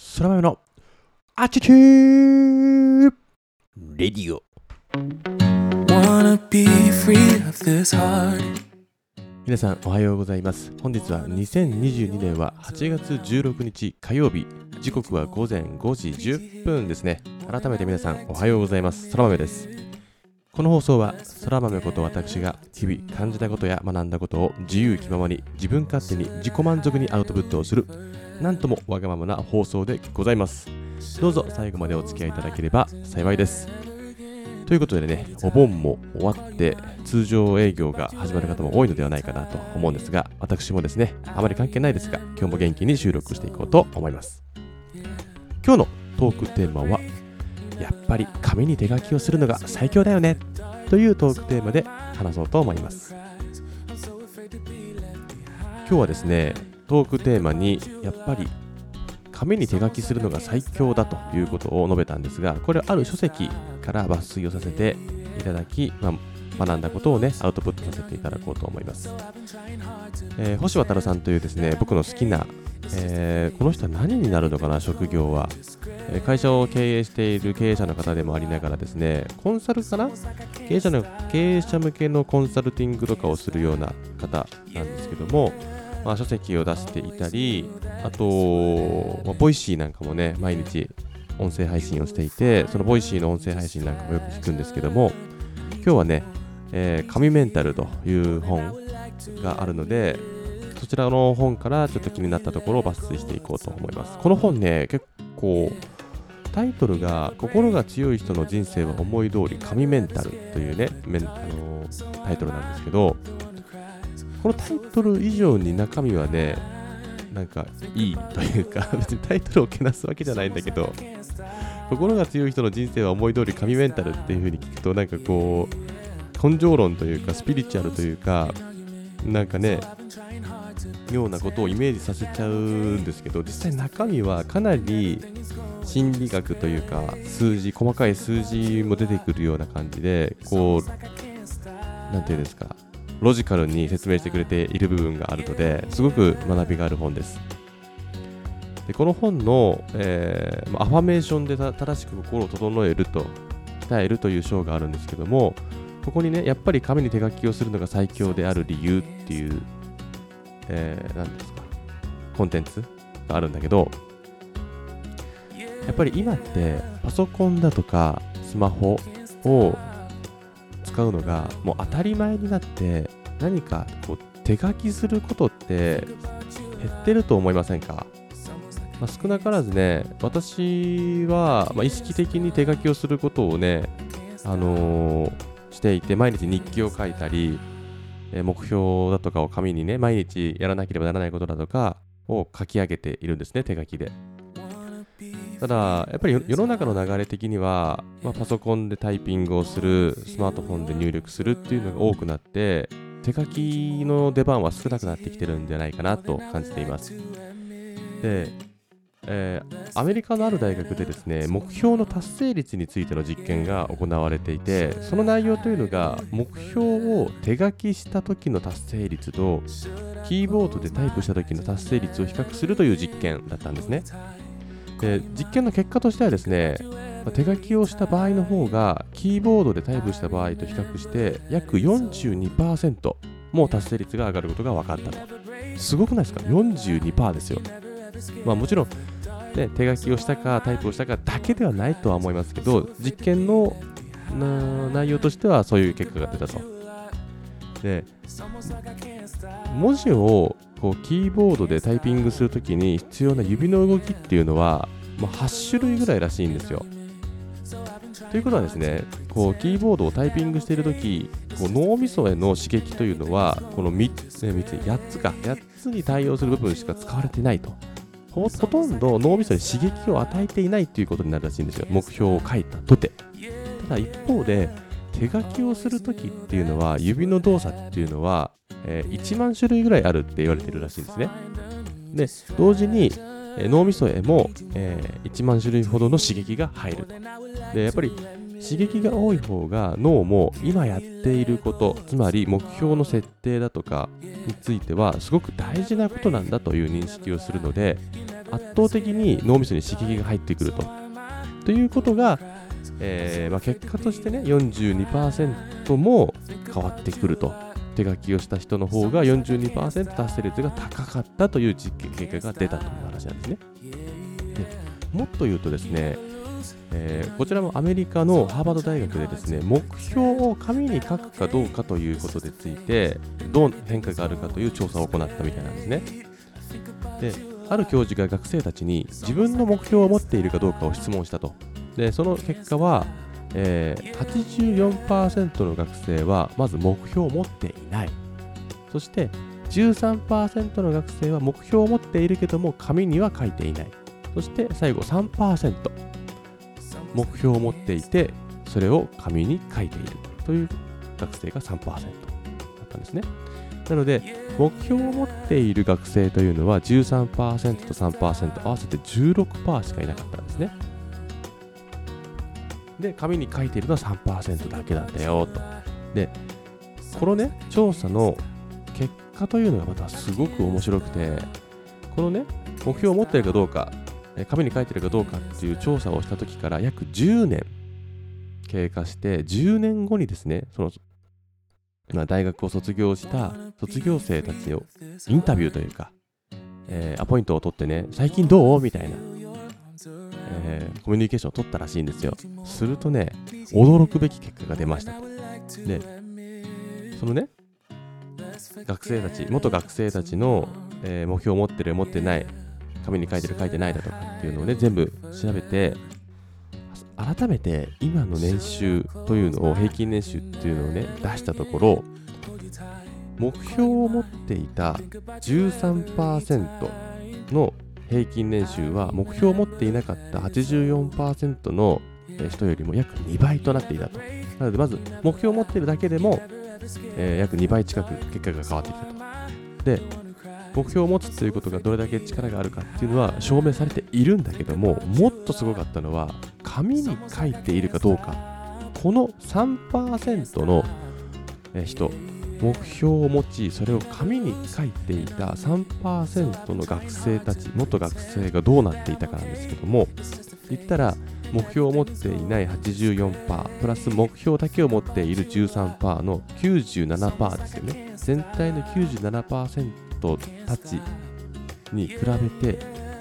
そら豆のアチチューレディオ。皆さんおはようございます。本日は2022年は8月16日火曜日、時刻は午前5時10分ですね。改めて皆さんおはようございます。そら豆です。この放送はそら豆こと私が日々感じたことや学んだことを自由気ままに自分勝手に自己満足にアウトプットをする、なんともわがままな放送でございます。どうぞ最後までお付き合いいただければ幸いです。ということでね、お盆も終わって通常営業が始まる方も多いのではないかなと思うんですが、私もですね、あまり関係ないですが、今日も元気に収録していこうと思います。今日のトークテーマは、やっぱり紙に手書きをするのが最強だよねというトークテーマで話そうと思います。今日はですね、トークテーマにやっぱり紙に手書きするのが最強だということを述べたんですが、これはある書籍から抜粋をさせていただき、学んだことをねアウトプットさせていただこうと思います。星渡さんというですね、僕の好きな、この人は何になるのかな、職業は、会社を経営している経営者の方でもありながらですね、コンサルかな、経営者向けのコンサルティングとかをするような方なんですけども、書籍を出していたり、あと、ボイシーなんかもね、毎日音声配信をしていて、そのボイシーの音声配信なんかもよく聞くんですけども、今日はね、紙メンタルという本があるので、そちらの本からちょっと気になったところを抜粋していこうと思います。この本ね、結構タイトルが心が強い人の人生は思い通り紙メンタルというね、タイトルなんですけど、このタイトル以上に中身はね、なんかいいというか、別にタイトルをけなすわけじゃないんだけど、心が強い人の人生は思い通り紙メンタルっていう風に聞くと、なんかこう根性論というかスピリチュアルというか、なんかねようなことをイメージさせちゃうんですけど、実際中身はかなり心理学というか、細かい数字も出てくるような感じで、こうなんていうんですか、ロジカルに説明してくれている部分があるので、すごく学びがある本です。でこの本の、アファメーションで正しく心を整えると鍛えるという章があるんですけども、ここにね、やっぱり紙に手書きをするのが最強である理由っていう、何ですか、コンテンツがあるんだけど、やっぱり今ってパソコンだとかスマホを使うのがもう当たり前になって、何かこう手書きすることって減ってると思いませんか？少なからずね、私は、意識的に手書きをすることをね、していて、毎日日記を書いたり、目標だとかを紙にね、毎日やらなければならないことだとかを書き上げているんですね、手書きで。ただ、やっぱり世の中の流れ的には、パソコンでタイピングをする、スマートフォンで入力するっていうのが多くなって、手書きの出番は少なくなってきてるんじゃないかなと感じています。で、アメリカのある大学でですね、目標の達成率についての実験が行われていて、その内容というのが、目標を手書きした時の達成率とキーボードでタイプした時の達成率を比較するという実験だったんですね。で、実験の結果としてはですね、手書きをした場合の方がキーボードでタイプした場合と比較して約 42% も達成率が上がることが分かったと。すごくないですか？ 42% ですよ。もちろん、ね、手書きをしたかタイプをしたかだけではないとは思いますけど、実験の内容としてはそういう結果が出たと。で、文字をこうキーボードでタイピングするときに必要な指の動きっていうのは、8種類ぐらいらしいんですよ。ということはですね、こうキーボードをタイピングしているとき、脳みそへの刺激というのはこの8つに対応する部分しか使われていないと。ほとんど脳みそに刺激を与えていないということになるらしいんですよ、目標を書いたとて。ただ一方で、手書きをするときっていうのは、指の動作っていうのは、1万種類ぐらいあるって言われているらしいんですね。で、同時に、脳みそへも、1万種類ほどの刺激が入ると。で、やっぱり刺激が多い方が脳も今やっていること、つまり目標の設定だとかについてはすごく大事なことなんだという認識をするので、 圧倒的に脳みそに刺激が入ってくるということが、結果としてね 42% も変わってくると。手書きをした人の方が 42% 達成率が高かったという実験結果が出たという話なんですね。でもっと言うとですね、こちらもアメリカのハーバード大学でですね、目標を紙に書くかどうかということについてどう変化があるかという調査を行ったみたいなんですね。で、ある教授が学生たちに自分の目標を持っているかどうかを質問したと。で、その結果は、84% の学生はまず目標を持っていない。そして 13% の学生は目標を持っているけども紙には書いていない。そして最後 3%、目標を持っていてそれを紙に書いているという学生が 3% だったんですね。なので目標を持っている学生というのは 13% と 3% 合わせて 16% しかいなかったんですね。で、紙に書いているのは 3% だけなんだよと。で、このね、調査の結果というのがまたすごく面白くて、このね、目標を持っているかどうか、紙に書いているかどうかっていう調査をした時から約10年経過して、10年後にですね、その大学を卒業した卒業生たちをインタビューというか、アポイントを取ってね、最近どうみたいな。コミュニケーションを取ったらしいんですよ。するとね、驚くべき結果が出ましたと。で、そのね、元学生たちの、目標を持ってる持ってない、紙に書いてる書いてないだとかっていうのをね、全部調べて、改めて今の年収というのを、平均年収っていうのをね、出したところ、目標を持っていた 13% の平均年収は目標を持っていなかった 84% の人よりも約2倍となっていたと。なのでまず目標を持っているだけでも、約2倍近く結果が変わってきたと。で、目標を持つということがどれだけ力があるかっていうのは証明されているんだけども、もっとすごかったのは紙に書いているかどうか。この 3% の人、目標を持ちそれを紙に書いていた 3% の学生たち、元学生がどうなっていたかなんですけども、言ったら目標を持っていない 84% プラス目標だけを持っている 13% の 97% ですよね。全体の 97% たちに比べて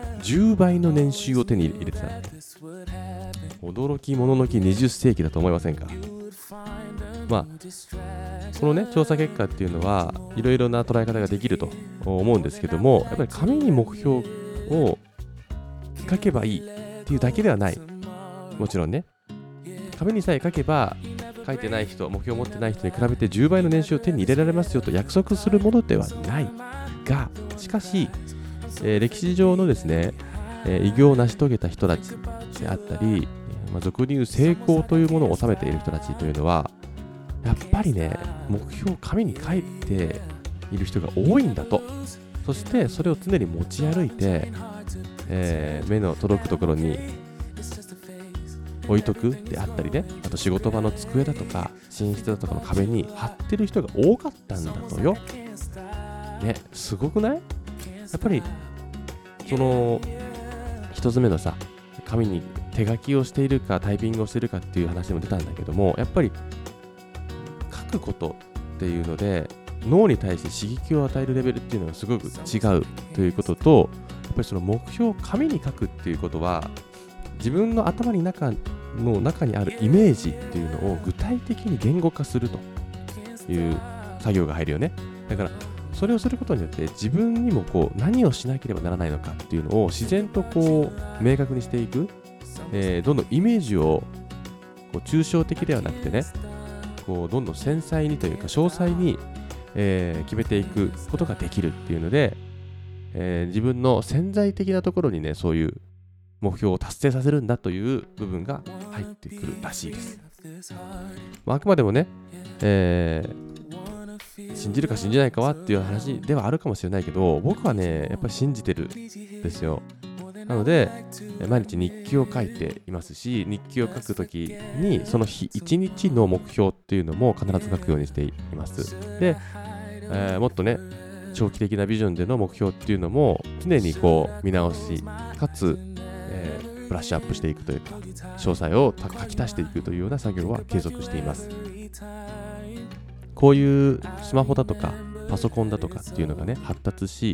10倍の年収を手に入れてた。驚きもののき20世紀だと思いませんか？まあ、このね、調査結果っていうのはいろいろな捉え方ができると思うんですけども、やっぱり紙に目標を書けばいいっていうだけではない。もちろんね、紙にさえ書けば書いてない人、目標を持ってない人に比べて10倍の年収を手に入れられますよと約束するものではないが、しかし、歴史上のですね、偉業を成し遂げた人たちであったり、俗に言う成功というものを収めている人たちというのはやっぱりね、目標を紙に書いている人が多いんだと。そしてそれを常に持ち歩いて、目の届くところに置いとくであったりね、あと仕事場の机だとか寝室だとかの壁に貼ってる人が多かったんだとよ。ね、すごくない？やっぱりその一つ目のさ、紙に手書きをしているかタイピングをしているかっていう話も出たんだけども、やっぱり書くことっていうので脳に対して刺激を与えるレベルっていうのがすごく違うということと、やっぱりその目標を紙に書くっていうことは自分の頭の中にあるイメージっていうのを具体的に言語化するという作業が入るよね。だからそれをすることによって自分にもこう何をしなければならないのかっていうのを自然とこう明確にしていく、どんどんイメージをこう抽象的ではなくてね、こうどんどん繊細にというか詳細に、決めていくことができるっていうので、自分の潜在的なところにね、そういう目標を達成させるんだという部分が入ってくるらしいです。あくまでもね、信じるか信じないかはっていう話ではあるかもしれないけど、僕はね、やっぱり信じてるんですよ。なので、毎日日記を書いていますし、日記を書くときに、その日一日の目標っていうのも必ず書くようにしています。で、もっとね、 長期的なビジョンでの目標っていうのも常にこう見直しかつ、ブラッシュアップしていくというか詳細を書き足していくというような作業は継続しています。こういうスマホだとかパソコンだとかっていうのがね発達し、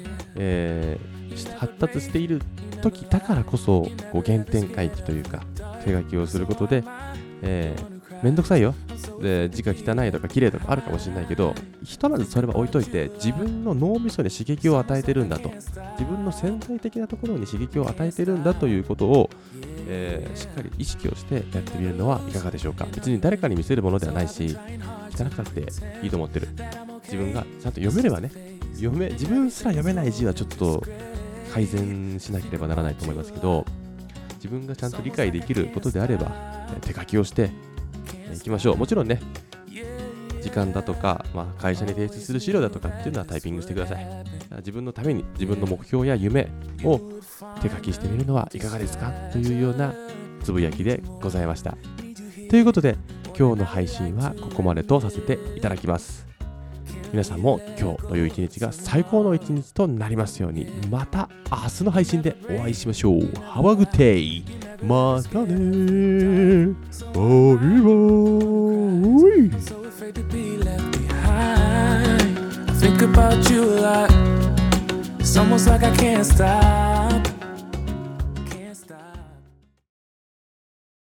発達している時だからこそこう原点回帰というか手書きをすることで、めんどくさいよで字が汚いとか綺麗とかあるかもしれないけど、ひとまずそれは置いといて自分の脳みそに刺激を与えてるんだと、自分の潜在的なところに刺激を与えてるんだということを、しっかり意識をしてやってみるのはいかがでしょうか。別に誰かに見せるものではないし汚くたっていいと思ってる。自分がちゃんと読めればね、自分すら読めない字はちょっと改善しなければならないと思いますけど、自分がちゃんと理解できることであれば手書きをしていきましょう。もちろんね時間だとか、会社に提出する資料だとかっていうのはタイピングしてください。自分のために自分の目標や夢を手書きしてみるのはいかがですかというようなつぶやきでございました。ということで今日の配信はここまでとさせていただきます。皆さんも今日という一日が最高の一日となりますように、また明日の配信でお会いしましょう。Have a good day。またねー。バイバーイ。Think about you a lot. It's almost like I can't stop.